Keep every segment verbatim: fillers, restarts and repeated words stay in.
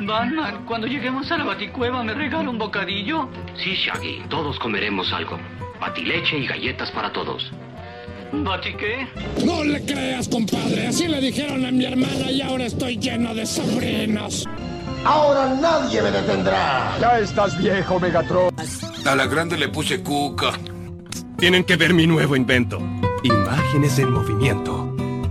Batman, cuando lleguemos a la Baticueva, ¿me regala un bocadillo? Sí, Shaggy, todos comeremos algo. Batileche y galletas para todos. ¿Bati qué? No le creas, compadre. Así le dijeron a mi hermana y ahora estoy lleno de sobrinos. Ahora nadie me detendrá. Ya estás viejo, Megatron. A la grande le puse cuca. Tienen que ver mi nuevo invento. Imágenes en movimiento.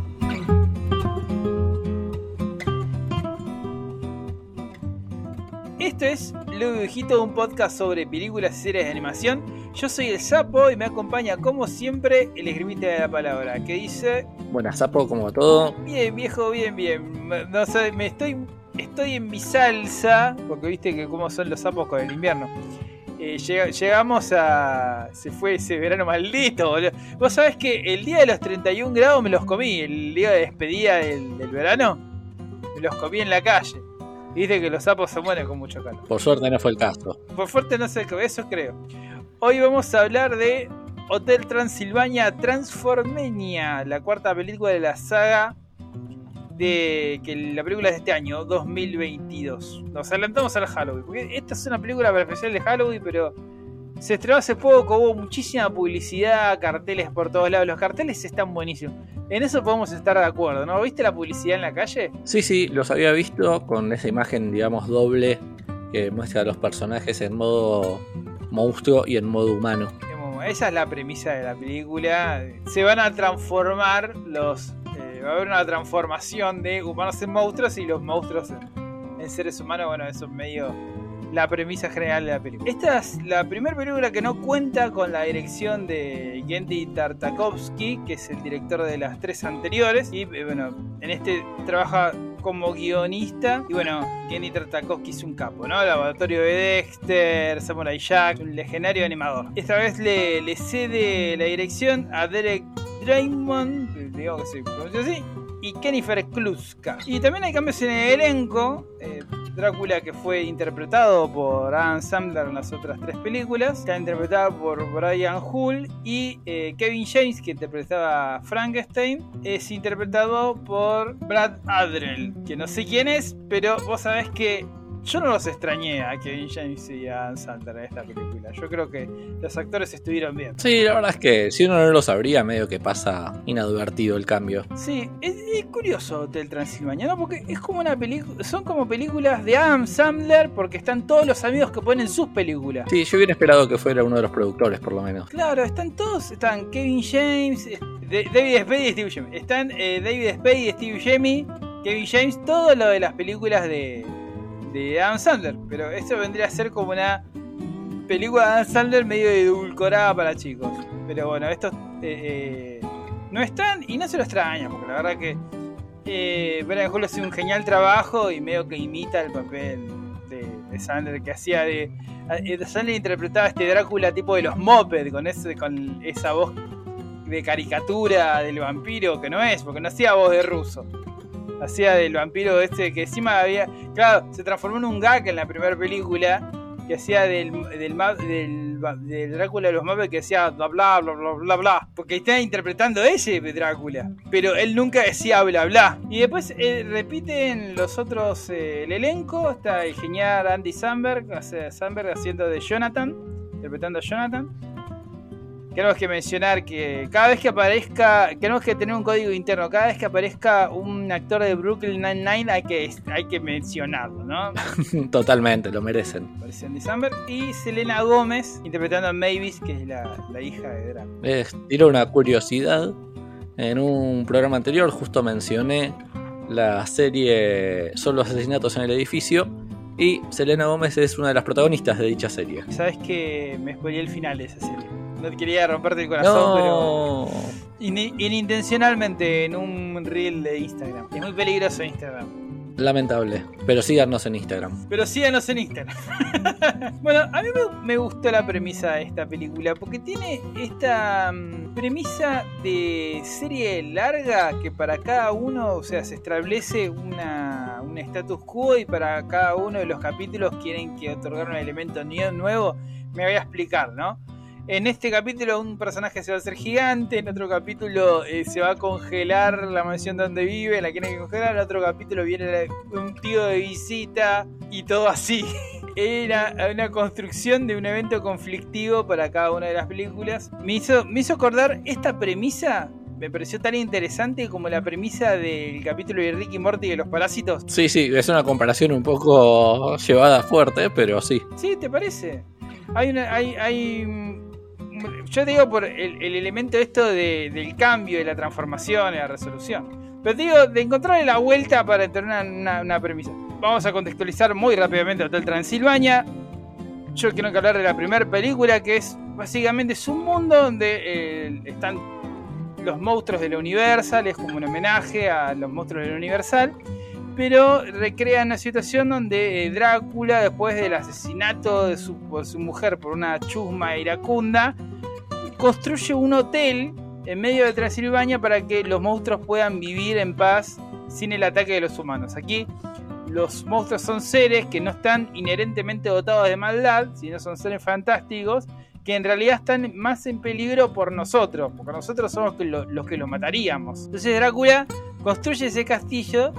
Esto es Lo Viejito, un podcast sobre películas y series de animación. Yo soy el Sapo y me acompaña, como siempre, el esgrimista de la palabra, que dice... Buenas, Sapo, ¿cómo va todo? Bien, viejo, bien, bien. No sé, me estoy, estoy en mi salsa, porque viste que cómo son los sapos con el invierno. Eh, lleg- llegamos a... Se fue ese verano maldito, boludo. Vos sabés que el día de los treinta y un grados me los comí, el día de despedida del, del verano, me los comí en la calle. Dice que los sapos se mueren con mucho calor. Por suerte no fue el caso. Por suerte no sé, eso creo. Hoy vamos a hablar de Hotel Transilvania Transformania, la cuarta película de la saga de que la película es de este año, dos mil veintidós. Nos adelantamos al Halloween, porque esta es una película para especial de Halloween, pero se estrenó hace poco, hubo muchísima publicidad, carteles por todos lados. Los carteles están buenísimos. En eso podemos estar de acuerdo, ¿no? ¿Viste la publicidad en la calle? Sí, sí, los había visto con esa imagen, digamos, doble que muestra a los personajes en modo monstruo y en modo humano. Esa es la premisa de la película. Se van a transformar los... Eh, va a haber una transformación de humanos en monstruos y los monstruos en, en seres humanos. Bueno, eso es medio la premisa general de la película. Esta es la primera película que no cuenta con la dirección de Genndy Tartakovsky, que es el director de las tres anteriores. Y bueno, en este trabaja como guionista. Y bueno, Genndy Tartakovsky es un capo, ¿no? Laboratorio de Dexter, Samurai Jack, un legendario animador. Esta vez le, le cede la dirección a Derek Drymon, digamos que se pronuncia así, y Jennifer Kluska. Y también hay cambios en el elenco. eh, Drácula, que fue interpretado por Adam Sandler en las otras tres películas, está interpretado por Brian Hull, y eh, Kevin James, que interpretaba a Frankenstein, es interpretado por Brad Adrell, que no sé quién es, pero vos sabés que yo no los extrañé a Kevin James y a Adam Sandler en esta película. Yo creo que los actores estuvieron bien. Sí, la verdad es que si uno no lo sabría, medio que pasa inadvertido el cambio. Sí, es, es curioso Hotel Transilvania, ¿no? Porque es como una película, son como películas de Adam Sandler, porque están todos los amigos que ponen sus películas. Sí, yo hubiera esperado que fuera uno de los productores, por lo menos. Claro, están todos, están Kevin James, de, David Spade y Steve Buscemi. Están eh, David Spade y Steve Buscemi, Kevin James, todo lo de las películas de... de Adam Sandler, pero esto vendría a ser como una película de Adam Sandler medio edulcorada para chicos. Pero bueno, estos eh, eh, no están y no se lo extraña, porque la verdad que eh, Brian Hull hace un genial trabajo y medio que imita el papel de, de Sandler que hacía de... Eh, Sandler interpretaba este Drácula tipo de los Muppets, con, ese, con esa voz de caricatura del vampiro, que no es, porque no hacía voz de ruso. Hacía del vampiro este que encima había... Claro, se transformó en un gag en la primera película, que hacía del, del, del, del Drácula de los Muppets, que decía bla bla bla bla bla bla, porque estaba interpretando ese Drácula, pero él nunca decía bla bla. Y después eh, repiten los otros, eh, el elenco. Está el genial Andy Samberg, hace Samberg haciendo de Jonathan, interpretando a Jonathan. Tenemos que mencionar que cada vez que aparezca, tenemos que tener un código interno, cada vez que aparezca un actor de Brooklyn Nine-Nine hay que, hay que mencionarlo, ¿no? Totalmente, lo merecen. Aparece Andy Samberg y Selena Gómez interpretando a Mavis, que es la, la hija de Drácula. Les tiro una curiosidad. En un programa anterior justo mencioné la serie Son los asesinatos en el edificio, y Selena Gómez es una de las protagonistas de dicha serie. Sabes que me spoileé el final de esa serie. No quería romperte el corazón, no. pero in- inintencionalmente en un reel de Instagram. Es muy peligroso Instagram. Lamentable, pero síganos en Instagram. Pero síganos en Instagram. Bueno, a mí me, me gustó la premisa de esta película, porque tiene esta um, premisa de serie larga que para cada uno, o sea, se establece una, un status quo, y para cada uno de los capítulos quieren que otorgar un elemento nuevo. Me voy a explicar, ¿no? En este capítulo un personaje se va a hacer gigante, en otro capítulo eh, se va a congelar la mansión donde vive, la quieren congelar, en otro capítulo viene un tío de visita y todo así. Era una construcción de un evento conflictivo para cada una de las películas. Me hizo, me hizo acordar esta premisa. Me pareció tan interesante como la premisa del capítulo de Rick y Morty de los parásitos. Sí, sí, es una comparación un poco llevada fuerte, pero sí. Sí, ¿te parece? Hay una, hay, hay, yo te digo por el, el elemento esto de, del cambio, de la transformación, de la resolución. Pero te digo, de encontrarle la vuelta para tener una, una, una premisa. Vamos a contextualizar muy rápidamente Hotel Transilvania. Yo quiero hablar de la primera película, que es básicamente es un mundo donde eh, están los monstruos de la Universal, es como un homenaje a los monstruos de la Universal, pero recrea una situación donde eh, Drácula, después del asesinato de su, de su mujer por una chusma iracunda, construye un hotel en medio de Transilvania para que los monstruos puedan vivir en paz sin el ataque de los humanos. Aquí los monstruos son seres que no están inherentemente dotados de maldad, sino son seres fantásticos que en realidad están más en peligro por nosotros, porque nosotros somos los que lo mataríamos. Entonces Drácula construye ese castillo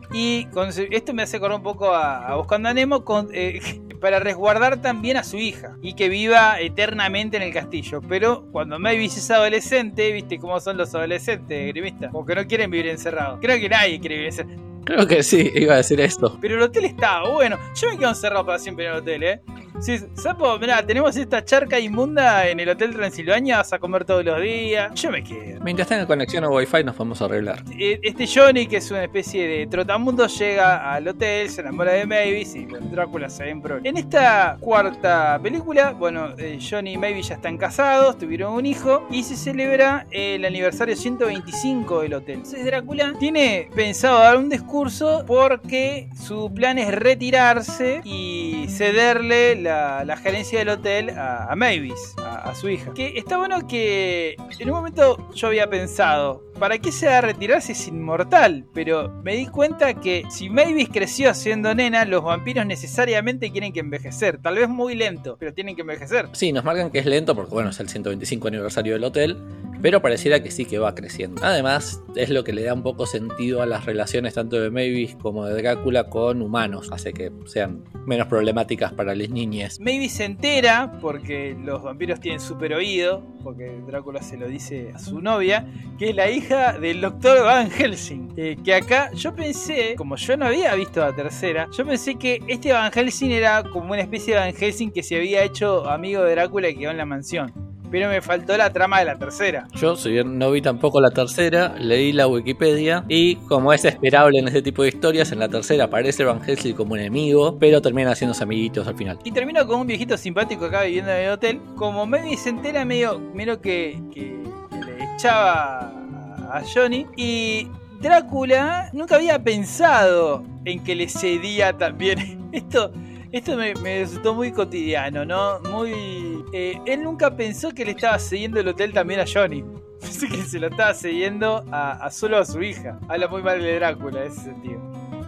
y con, esto me hace acordar un poco a, a Buscando a Nemo, con, eh, para resguardar también a su hija y que viva eternamente en el castillo. Pero cuando Mavis es adolescente, viste cómo son los adolescentes, grimistas, como que no quieren vivir encerrados. Creo que nadie quiere vivir encerrado. Creo que sí, iba a decir esto. Pero el hotel estaba bueno. Yo me quedo encerrado para siempre en el hotel, ¿eh? Sí, Sapo, mirá, tenemos esta charca inmunda en el Hotel Transilvania, vas a comer todos los días. Yo me quedo. Mientras tenga conexión a Wi-Fi nos podemos arreglar. Este Johnny, que es una especie de trotamundos, llega al hotel, se enamora de Mavis y bueno, Drácula se ve en problema. En esta cuarta película, bueno, eh, Johnny y Mavis ya están casados, tuvieron un hijo y se celebra el aniversario ciento veinticinco del hotel. Entonces Drácula tiene pensado dar un discurso porque su plan es retirarse y cederle la, la gerencia del hotel a, a Mavis, a, a su hija. Que está bueno que en un momento yo había pensado, ¿para qué se va a retirar si es inmortal? Pero me di cuenta que si Mavis creció siendo nena, los vampiros necesariamente tienen que envejecer. Tal vez muy lento, pero tienen que envejecer. Sí, nos marcan que es lento porque bueno, es el ciento veinticinco aniversario del hotel, pero pareciera que sí que va creciendo. Además, es lo que le da un poco sentido a las relaciones tanto de Mavis como de Drácula con humanos, hace que sean menos problemáticas para las niñas. Mavis se entera porque los vampiros tienen super oído, porque Drácula se lo dice a su novia, que es la hija del doctor Van Helsing. Eh, que acá yo pensé, como yo no había visto la tercera, yo pensé que este Van Helsing era como una especie de Van Helsing que se había hecho amigo de Drácula y quedó en la mansión. Pero me faltó la trama de la tercera. Yo, si bien no vi tampoco la tercera, leí la Wikipedia y como es esperable en este tipo de historias, en la tercera aparece Van Helsing como enemigo, pero terminan haciéndose amiguitos al final. Y termina con un viejito simpático acá viviendo en el hotel. Como Mavis se entera medio, medio que, que, que le echaba a Johnny, y Drácula nunca había pensado en que le cedía también. Esto... Esto me, me resultó muy cotidiano, ¿no? Muy... Eh, él nunca pensó que le estaba cediendo el hotel también a Johnny. Pensé que se lo estaba cediendo a, a solo a su hija. Habla muy mal de Drácula en ese sentido.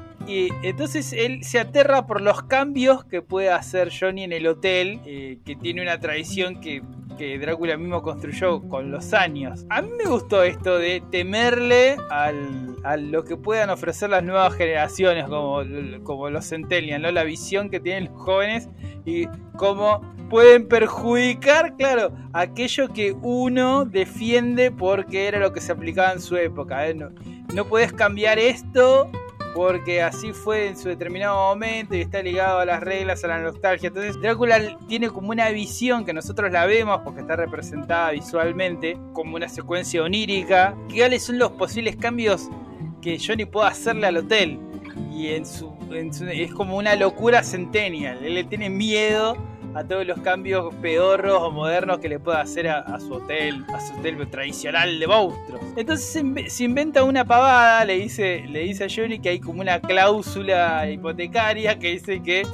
Y entonces él se aterra por los cambios que puede hacer Johnny en el hotel, eh, que tiene una tradición que, que Drácula mismo construyó con los años. A mí me gustó esto de temerle al, a lo que puedan ofrecer las nuevas generaciones, como, como los Centennials, ¿no? La visión que tienen los jóvenes y cómo pueden perjudicar, claro, aquello que uno defiende porque era lo que se aplicaba en su época, ¿eh? No, no podés cambiar esto porque así fue en su determinado momento y está ligado a las reglas, a la nostalgia. Entonces Drácula tiene como una visión que nosotros la vemos porque está representada visualmente como una secuencia onírica. ¿Cuáles son los posibles cambios que Johnny pueda hacerle al hotel? Y en su, en su, es como una locura centennial. Él le tiene miedo a todos los cambios pedorros o modernos que le pueda hacer a, a su hotel, a su hotel tradicional de monstruos. Entonces se, se inventa una pavada, le dice, le dice a Johnny que hay como una cláusula hipotecaria que dice que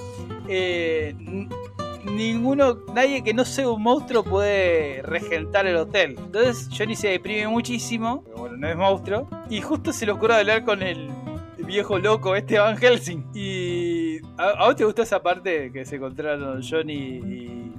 eh, ninguno, nadie que no sea un monstruo puede regentar el hotel. Entonces Johnny se deprime muchísimo, pero bueno, no es monstruo, y justo se le ocurre hablar con el viejo loco este Van Helsing. Y ¿a, a vos te gustó esa parte que se encontraron Johnny y,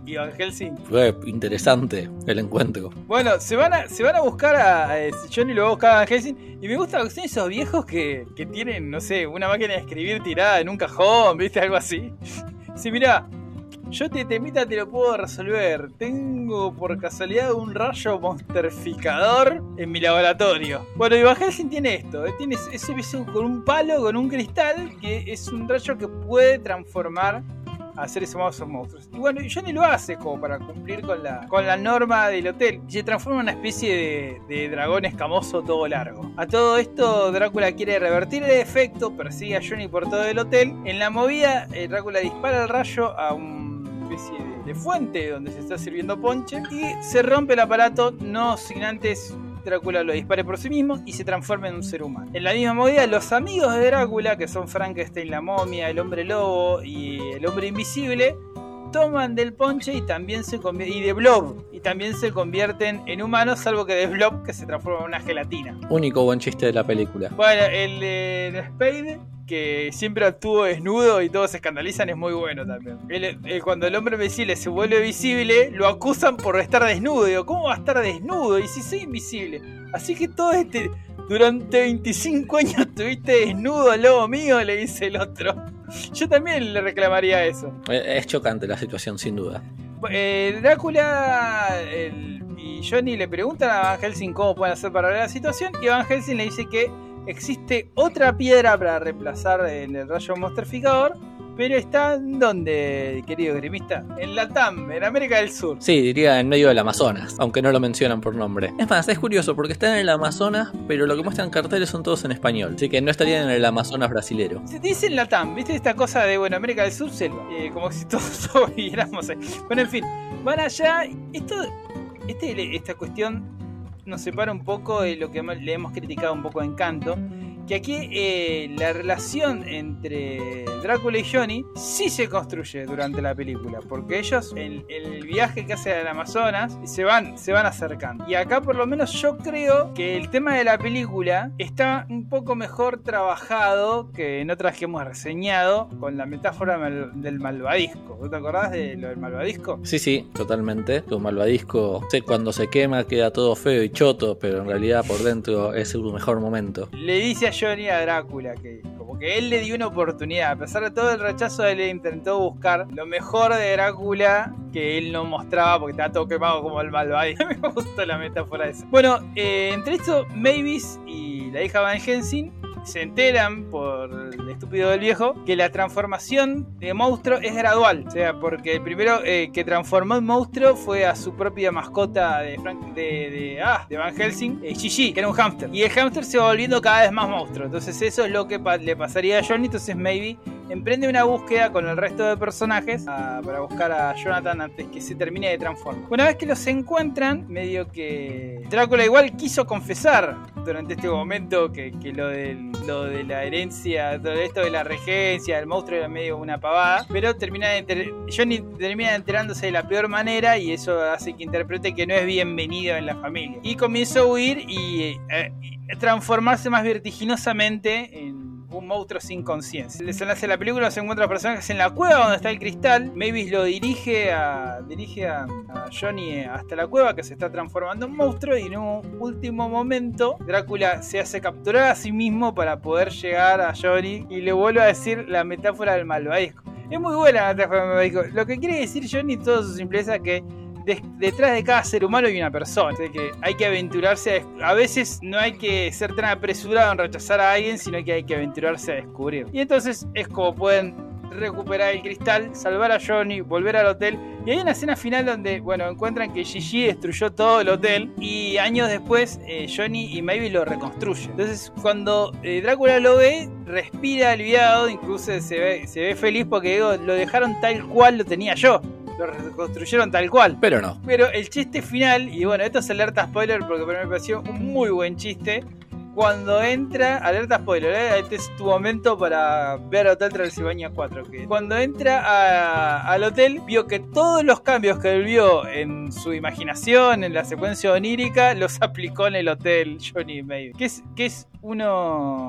y Van Helsing. Fue interesante el encuentro. Bueno, se van a, se van a buscar a, a Johnny lo va a buscar a Van Helsing. Y me gusta que son esos viejos que, que tienen, no sé, una máquina de escribir tirada en un cajón, ¿viste? Algo así. Sí, mirá, yo te temita te lo puedo resolver. Tengo por casualidad un rayo monsterficador en mi laboratorio. Bueno, y Van Helsing tiene esto, ¿eh? Tiene ese viso con un palo, con un cristal, que es un rayo que puede transformar a seres humanos o monstruos. Y bueno, Johnny lo hace como para cumplir con la, con la norma del hotel. Y se transforma en una especie de, de dragón escamoso todo largo. A todo esto, Drácula quiere revertir el efecto, persigue a Johnny por todo el hotel. En la movida, eh, Drácula dispara el rayo a una especie de, de fuente donde se está sirviendo ponche. Y se rompe el aparato, no sin antes Drácula lo dispare por sí mismo y se transforma en un ser humano. En la misma movida, los amigos de Drácula, que son Frankenstein, la momia, el hombre lobo y el hombre invisible, toman del ponche y también se convierten, y de Blob, y también se convierten en humanos, salvo que de Blob, que se transforma en una gelatina. Único buen chiste de la película. Bueno, el de Spade, que siempre actúa desnudo y todos se escandalizan, es muy bueno también. El, el, cuando el hombre invisible se vuelve visible, lo acusan por estar desnudo. Digo, ¿cómo va a estar desnudo? Y si soy invisible. Así que todo este... Durante veinticinco años estuviste desnudo al lobo mío, le dice el otro. Yo también le reclamaría eso. Es chocante la situación, sin duda. Eh, Drácula el, y Johnny le preguntan a Van Helsing cómo pueden hacer para arreglar la situación. Y Van Helsing le dice que existe otra piedra para reemplazar el, el rayo monsterficador. Pero está en ¿dónde, querido grimista? En Latam, en América del Sur. Sí, diría en medio del Amazonas, aunque no lo mencionan por nombre. Es más, es curioso porque están en el Amazonas, pero lo que muestran carteles son todos en español. Así que no estarían en el Amazonas brasilero. Se dice en Latam, ¿viste esta cosa de, bueno, América del Sur, selva? Eh, como si todos, todos viviéramos ahí. Bueno, en fin, van allá. Esto, este, esta cuestión nos separa un poco de lo que le hemos criticado un poco a Encanto. Que aquí eh, la relación entre Drácula y Johnny sí se construye durante la película, porque ellos en el viaje que hacen al Amazonas se van, se van acercando. Y acá por lo menos yo creo que el tema de la película está un poco mejor trabajado que en otras que hemos reseñado, con la metáfora mal, del malvadisco. ¿Vos te acordás de lo del malvadisco? Sí, sí, totalmente. Un malvadisco, sé, cuando se quema queda todo feo y choto, pero en realidad por dentro es su mejor momento. Le dice a Johnny a Drácula que como que él le dio una oportunidad, a pesar de todo el rechazo, él intentó buscar lo mejor de Drácula que él no mostraba porque estaba todo quemado como el malvadisco. Me gustó la metáfora esa. Bueno, eh, entre esto, Mavis y la hija Van Helsing se enteran por el estúpido del viejo que la transformación de monstruo es gradual. O sea, porque el primero eh, que transformó en monstruo fue a su propia mascota de Frank, de, de, ah, de Van Helsing, eh, Gigi, que era un hámster. Y el hámster se va volviendo cada vez más monstruo. Entonces eso es lo que pa- le pasaría a Johnny. Entonces Maybe emprende una búsqueda con el resto de personajes a, para buscar a Jonathan antes que se termine de transformar. Una vez que los encuentran, medio que Drácula igual quiso confesar durante este momento que, que lo, del, lo de la herencia, todo esto de la regencia, el monstruo era medio una pavada, pero termina de enter- Johnny termina enterándose de la peor manera y eso hace que interprete que no es bienvenido en la familia. Y comienza a huir y eh, transformarse más vertiginosamente en un monstruo sin conciencia. El desenlace de la película se encuentra a los personajes en la cueva donde está el cristal. Mavis lo dirige a dirige a, a Johnny hasta la cueva que se está transformando en monstruo y en un último momento Drácula se hace capturar a sí mismo para poder llegar a Johnny y le vuelve a decir la metáfora del malvadisco. Es muy buena la metáfora del malvadisco. Lo que quiere decir Johnny en toda su simpleza es que De, detrás de cada ser humano hay una persona, así que hay que aventurarse a, a veces no hay que ser tan apresurado en rechazar a alguien, sino que hay que aventurarse a descubrir. Y entonces es como pueden recuperar el cristal, salvar a Johnny, volver al hotel. Y hay una escena final donde, bueno, encuentran que Gigi destruyó todo el hotel y años después eh, Johnny y Mavis lo reconstruyen. Entonces cuando eh, Drácula lo ve, respira aliviado, incluso se ve, se ve feliz porque digo, lo dejaron tal cual lo tenía yo. Lo reconstruyeron tal cual. Pero no. Pero el chiste final, y bueno, esto es alerta spoiler porque para mí me pareció un muy buen chiste. Cuando entra, alerta spoiler, ¿eh? Este es tu momento para ver Hotel Transilvania cuatro. Que cuando entra a, al hotel, vio que todos los cambios que él vio en su imaginación, en la secuencia onírica, los aplicó en el hotel Johnny Mavis. Que es, que es uno...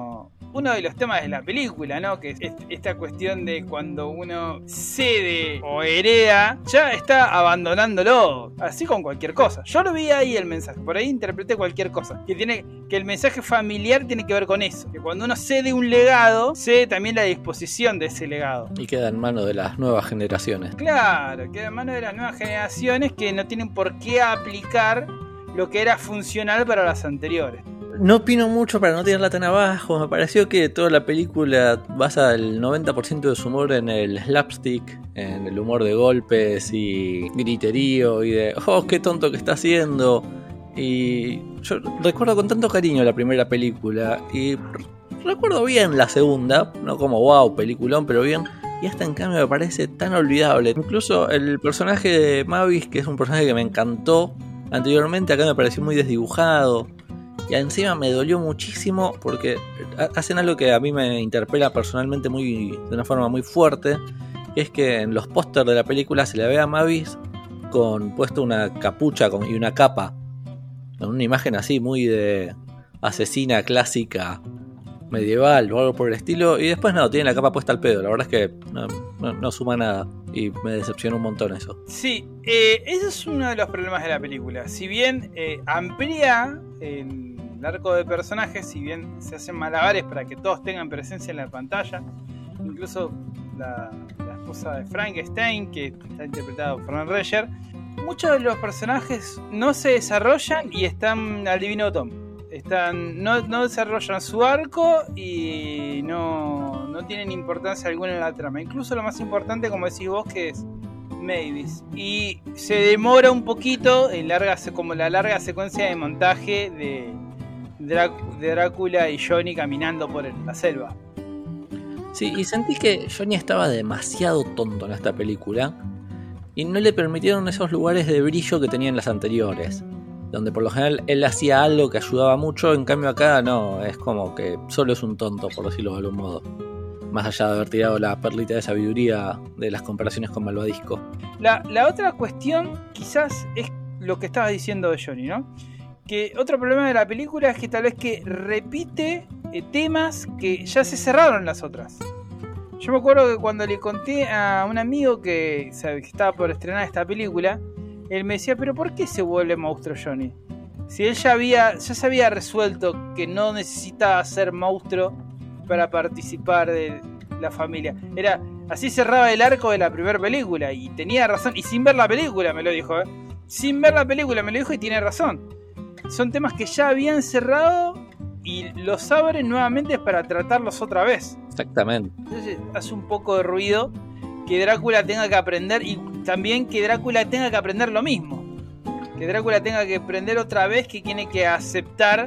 uno de los temas de la película, ¿no? Que es esta cuestión de cuando uno cede o hereda, ya está abandonándolo, así con cualquier cosa. Yo lo vi ahí el mensaje, por ahí interpreté cualquier cosa, que tiene que el mensaje familiar tiene que ver con eso, que cuando uno cede un legado, cede también la disposición de ese legado. Y queda en manos de las nuevas generaciones. Claro, queda en manos de las nuevas generaciones que no tienen por qué aplicar lo que era funcional para las anteriores. No opino mucho para no tirarla tan abajo. Me pareció que toda la película basa el noventa por ciento de su humor en el slapstick, en el humor de golpes y griterío y de oh, qué tonto que está haciendo. Y yo recuerdo con tanto cariño la primera película y recuerdo bien la segunda, no como wow, peliculón, pero bien. Y hasta en cambio me parece tan olvidable. Incluso el personaje de Mavis, que es un personaje que me encantó anteriormente, acá me pareció muy desdibujado. Y encima me dolió muchísimo porque hacen algo que a mí me interpela personalmente muy, de una forma muy fuerte, que es que en los pósters de la película se le ve a Mavis con puesto una capucha con, y una capa, con una imagen así muy de asesina clásica medieval o algo por el estilo, y después no, tiene la capa puesta al pedo. La verdad es que no, no, no suma nada y me decepcionó un montón eso. Sí, eh, ese es uno de los problemas de la película. Si bien eh, amplía el El arco de personajes, si bien se hacen malabares para que todos tengan presencia en la pantalla, incluso la, la esposa de Frankenstein, que está interpretada por Fran Drescher, muchos de los personajes no se desarrollan y están al divino Tom. Están, no, no desarrollan su arco y no, no tienen importancia alguna en la trama. Incluso lo más importante, como decís vos, que es Mavis. Y se demora un poquito en larga, como la larga secuencia de montaje de de Drácula y Johnny caminando por la selva. Sí, y sentí que Johnny estaba demasiado tonto en esta película y no le permitieron esos lugares de brillo que tenían las anteriores, donde por lo general él hacía algo que ayudaba mucho. En cambio acá no, es como que solo es un tonto, por decirlo de algún modo, más allá de haber tirado la perlita de sabiduría de las comparaciones con Malvadisco. La, la otra cuestión quizás es lo que estabas diciendo de Johnny, ¿no? Que otro problema de la película es que tal vez que repite eh, temas que ya se cerraron las otras. Yo me acuerdo que cuando le conté a un amigo que, sabe, que estaba por estrenar esta película, él me decía, pero ¿por qué se vuelve monstruo Johnny? Si él ya había, ya se había resuelto que no necesitaba ser monstruo para participar de la familia. Era así, cerraba el arco de la primera película y tenía razón. Y sin ver la película me lo dijo, ¿eh? Sin ver la película me lo dijo y tiene razón. Son temas que ya habían cerrado y los abren nuevamente para tratarlos otra vez. Exactamente. Entonces hace un poco de ruido que Drácula tenga que aprender, y también que Drácula tenga que aprender lo mismo. Que Drácula tenga que aprender otra vez que tiene que aceptar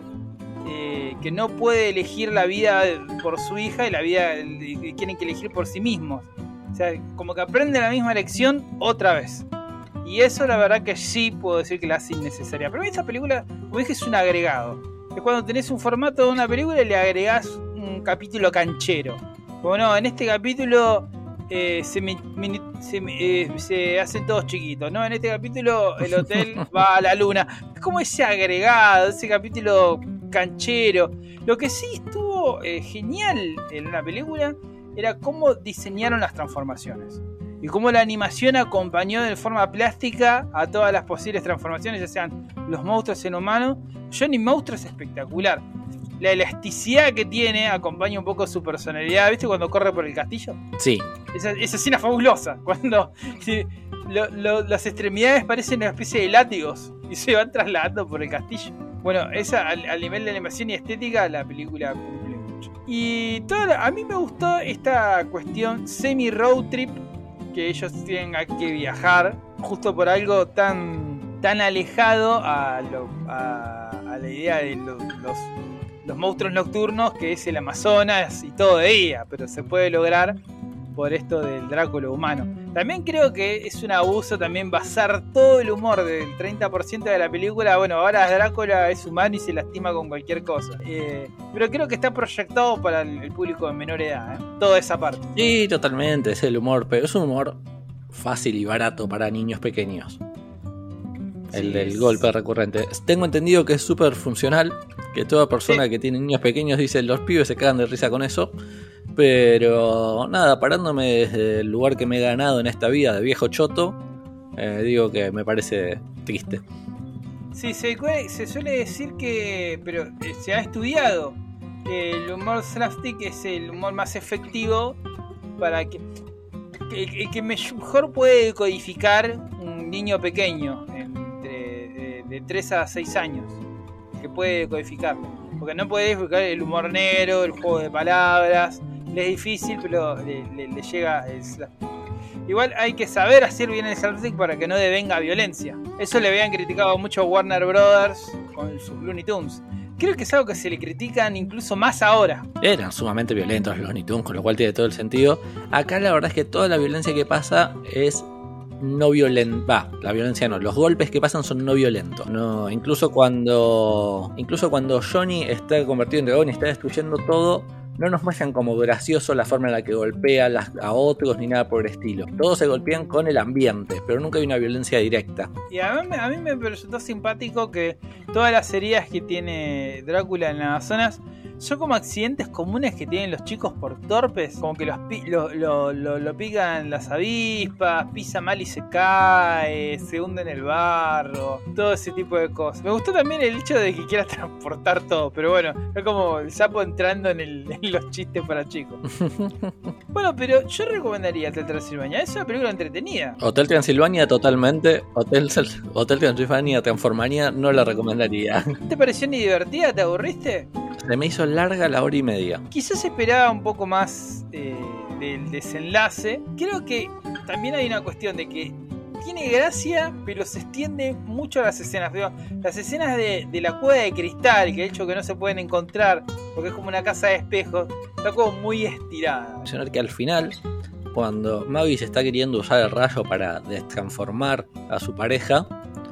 eh, que no puede elegir la vida por su hija y la vida que tienen que elegir por sí mismos. O sea, como que aprende la misma lección otra vez. Y eso la verdad que sí puedo decir que la hace innecesaria. Pero esta película, como dije, es un agregado. Es cuando tenés un formato de una película y le agregás un capítulo canchero. Como no, en este capítulo eh, se, me, se, eh, se hacen todos chiquitos, ¿no? En este capítulo el hotel va a la luna. Es como ese agregado, ese capítulo canchero. Lo que sí estuvo eh, genial en la película era cómo diseñaron las transformaciones. Y cómo la animación acompañó de forma plástica a todas las posibles transformaciones, ya sean los monstruos en humanos. Johnny Monstruo es espectacular. La elasticidad que tiene acompaña un poco su personalidad. ¿Viste cuando corre por el castillo? Sí. Esa, esa escena fabulosa. Cuando sí, lo, lo, las extremidades parecen una especie de látigos y se van trasladando por el castillo. Bueno, esa al, al nivel de animación y estética, la película cumple mucho. Y toda, a mí me gustó esta cuestión semi-road trip, que ellos tienen que viajar justo por algo tan tan alejado a, lo, a, a la idea de lo, los, los monstruos nocturnos, que es el Amazonas y todo de día, pero se puede lograr por esto del Drácula humano. También creo que es un abuso también basar todo el humor del treinta por ciento de la película. Bueno, ahora Drácula es humano y se lastima con cualquier cosa. Eh, pero creo que está proyectado para el, el público de menor edad, ¿eh? Toda esa parte. Sí, totalmente, es el humor, pero es un humor fácil y barato para niños pequeños. El Sí, del es... golpe recurrente. Tengo entendido que es súper funcional que toda persona sí. que tiene niños pequeños dice los pibes se cagan de risa con eso. Pero nada, parándome desde el lugar que me he ganado en esta vida de viejo choto, eh, digo que me parece triste. Sí, se, se suele decir que, pero eh, se ha estudiado que el humor slapstick es el humor más efectivo para que el que mejor puede codificar un niño pequeño entre de, de tres a seis años, que puede codificarlo, porque no puede codificar el humor negro, el juego de palabras. Le es difícil, pero le, le, le llega el slapstick. Igual hay que saber hacer bien el slapstick para que no devenga violencia. Eso le habían criticado mucho a Warner Brothers con sus Looney Tunes. Creo que es algo que se le critican incluso más ahora. Eran sumamente violentos los Looney Tunes, con lo cual tiene todo el sentido. Acá la verdad es que toda la violencia que pasa es no violenta. Va, la violencia no, los golpes que pasan son no violentos. No, incluso cuando. Incluso cuando Johnny está convertido en dragón y está destruyendo todo, no nos muestran como gracioso la forma en la que golpea a otros ni nada por el estilo. Todos se golpean con el ambiente, pero nunca hay una violencia directa. Y a mí, a mí me resultó simpático que todas las heridas que tiene Drácula en las Amazonas son como accidentes comunes que tienen los chicos por torpes. Como que los pi- lo, lo, lo, lo pican las avispas, pisa mal y se cae, se hunde en el barro, todo ese tipo de cosas. Me gustó también el hecho de que quiera transportar todo, pero bueno, es como el sapo entrando en, el, en los chistes para chicos. Bueno, pero yo recomendaría Hotel Transilvania, es una película entretenida. Hotel Transilvania totalmente, Hotel, Hotel Transilvania Transformania no la recomendaría. ¿No te pareció ni divertida? ¿Te aburriste? Se me hizo larga la hora y media. Quizás esperaba un poco más eh, del desenlace. Creo que también hay una cuestión de que tiene gracia, pero se extiende mucho las escenas. Pero las escenas de, de la cueva de cristal, que de hecho que no se pueden encontrar, porque es como una casa de espejos, está como muy estirada. Mencionar que al final, cuando Mavis está queriendo usar el rayo para destransformar a su pareja,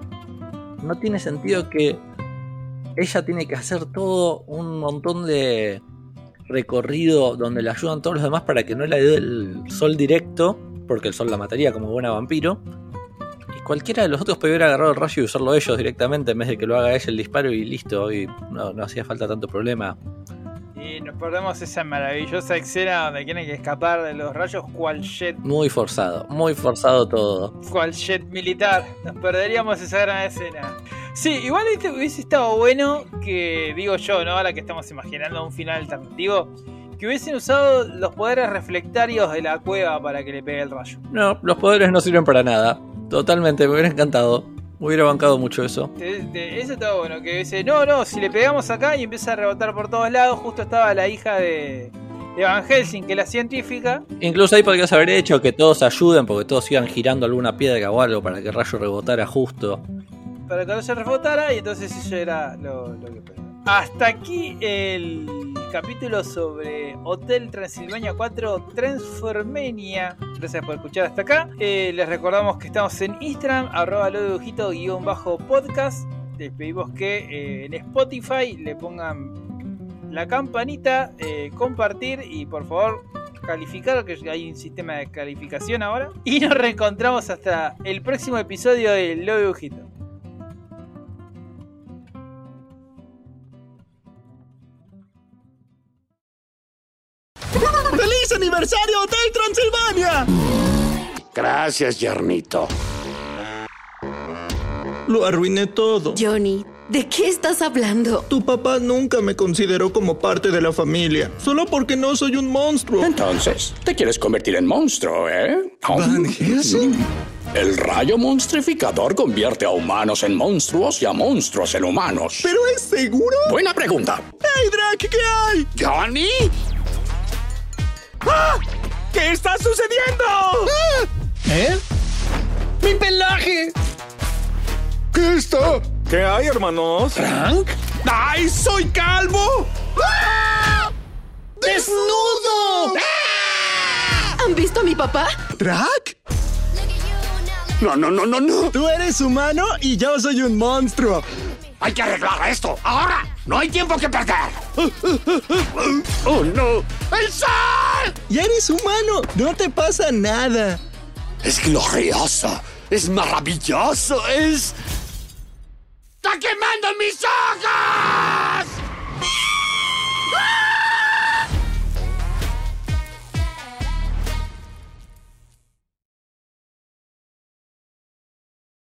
no tiene sentido que ella tiene que hacer todo un montón de recorrido donde le ayudan todos los demás para que no le dé el sol directo, porque el sol la mataría como buena vampiro. Y cualquiera de los otros podría haber agarrado el rayo y usarlo ellos directamente en vez de que lo haga ella el disparo y listo. Y no, no hacía falta tanto problema. Y nos perdemos esa maravillosa escena donde tienen que escapar de los rayos cual jet. Muy forzado, muy forzado todo. Cual jet militar. Nos perderíamos esa gran escena. Sí, igual este hubiese estado bueno que, digo yo, ¿no? Ahora que estamos imaginando un final alternativo, que hubiesen usado los poderes reflectarios de la cueva para que le pegue el rayo. No, los poderes no sirven para nada. Totalmente, me hubiera encantado. Me hubiera bancado mucho eso. De, de, eso estaba bueno, que dice, no, no, si le pegamos acá y empieza a rebotar por todos lados, justo estaba la hija de, de Van Helsing, que es la científica. Incluso ahí podrías haber hecho que todos ayuden, porque todos iban girando alguna piedra o algo para que el rayo rebotara justo. Para que no se rebotara, y entonces eso era lo, lo que pasó. Hasta aquí el capítulo sobre Hotel Transilvania cuatro Transformania. Gracias por escuchar hasta acá. Eh, les recordamos que estamos en Instagram, arroba lo dibujito guión bajo podcast. Les pedimos que eh, en Spotify le pongan la campanita, eh, compartir y por favor calificar, que hay un sistema de calificación ahora. Y nos reencontramos hasta el próximo episodio de Lo Dibujito. ¡Feliz aniversario, Hotel Transilvania! Gracias, Yernito. Lo arruiné todo. Johnny, ¿de qué estás hablando? Tu papá nunca me consideró como parte de la familia, solo porque no soy un monstruo. Entonces, te quieres convertir en monstruo, ¿eh? ¿Van Helsing? El rayo monstrificador convierte a humanos en monstruos y a monstruos en humanos. ¿Pero es seguro? Buena pregunta. ¡Hey, Drac! ¿Qué hay? ¿Johnny? ¡Ah! ¿Qué está sucediendo? ¡Ah! ¿Eh? ¡Mi pelaje! ¿Qué está? ¿Qué hay, hermanos? ¿Frank? ¡Ay, soy calvo! ¡Ah! ¡Desnudo! ¡Ah! ¿Han visto a mi papá? ¿Drac? No, no, no, no, no. Tú eres humano y yo soy un monstruo. Hay que arreglar esto. ¡Ahora! ¡No hay tiempo que perder! ¡Oh, no! ¡El sol! Ya eres humano. No te pasa nada. Es glorioso. Es maravilloso. Es... ¡Está quemando mis ojos!